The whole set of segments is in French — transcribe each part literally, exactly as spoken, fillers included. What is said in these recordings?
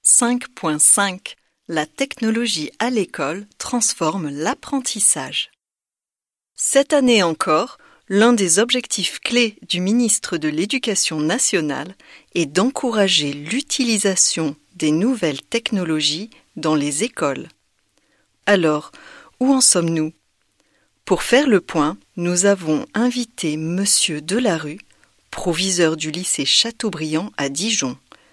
cinq point cinq. La technologie à l'école transforme l'apprentissage. Cette année encore, l'un des objectifs clés du ministre de l'Éducation nationale est d'encourager l'utilisation des nouvelles technologies dans les écoles. Alors, où en sommes-nous? Pour faire le point, nous avons invité Monsieur Delarue, proviseur du lycée Chateaubriand à Dijon.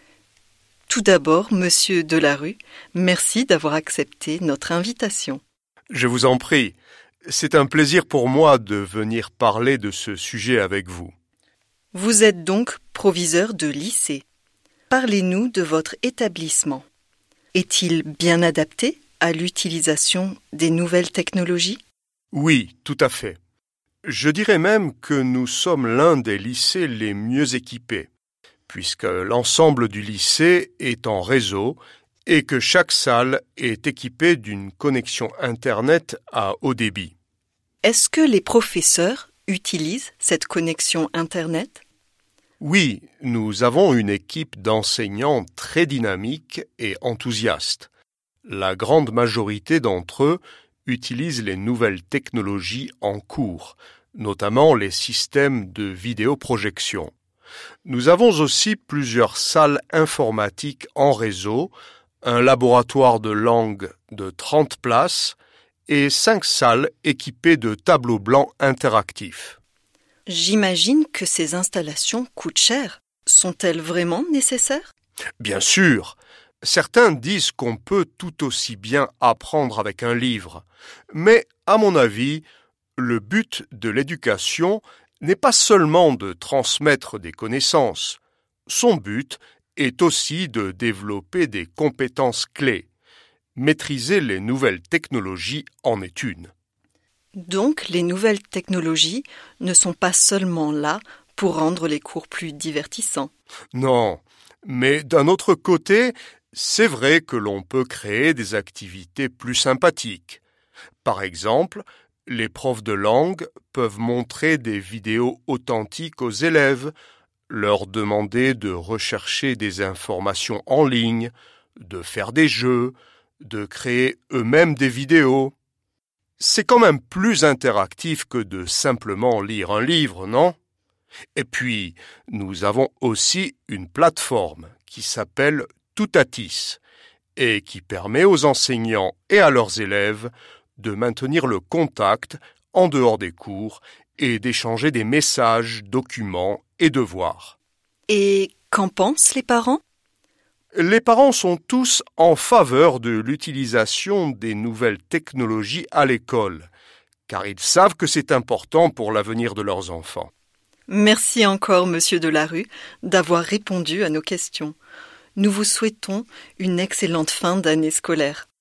Tout d'abord, Monsieur Delarue, merci d'avoir accepté notre invitation. Je vous en prie. C'est un plaisir pour moi de venir parler de ce sujet avec vous. Vous êtes donc proviseur de lycée. Parlez-nous de votre établissement. Est-il bien adapté à l'utilisation des nouvelles technologies? Oui, tout à fait. Je dirais même que nous sommes l'un des lycées les mieux équipés, puisque l'ensemble du lycée est en réseau et que chaque salle est équipée d'une connexion Internet à haut débit. Est-ce que les professeurs utilisent cette connexion Internet? Oui, nous avons une équipe d'enseignants très dynamique et enthousiaste. La grande majorité d'entre eux utilisent les nouvelles technologies en cours, notamment les systèmes de vidéoprojection. Nous avons aussi plusieurs salles informatiques en réseau, un laboratoire de langue de trente places et cinq salles équipées de tableaux blancs interactifs. J'imagine que ces installations coûtent cher. Sont-elles vraiment nécessaires? Bien sûr. Certains disent qu'on peut tout aussi bien apprendre avec un livre. Mais, à mon avis, le but de l'éducation n'est pas seulement de transmettre des connaissances. Son but est aussi de développer des compétences clés. Maîtriser les nouvelles technologies en est une. Donc, les nouvelles technologies ne sont pas seulement là pour rendre les cours plus divertissants. Non, mais d'un autre côté, c'est vrai que l'on peut créer des activités plus sympathiques. Par exemple, les profs de langue peuvent montrer des vidéos authentiques aux élèves, leur demander de rechercher des informations en ligne, de faire des jeux, de créer eux-mêmes des vidéos. C'est quand même plus interactif que de simplement lire un livre, non? Et puis, nous avons aussi une plateforme qui s'appelle Toutatis et qui permet aux enseignants et à leurs élèves de maintenir le contact en dehors des cours et d'échanger des messages, documents et devoirs. Et qu'en pensent les parents? Les parents sont tous en faveur de l'utilisation des nouvelles technologies à l'école, car ils savent que c'est important pour l'avenir de leurs enfants. Merci encore, Monsieur Delarue, d'avoir répondu à nos questions. Nous vous souhaitons une excellente fin d'année scolaire.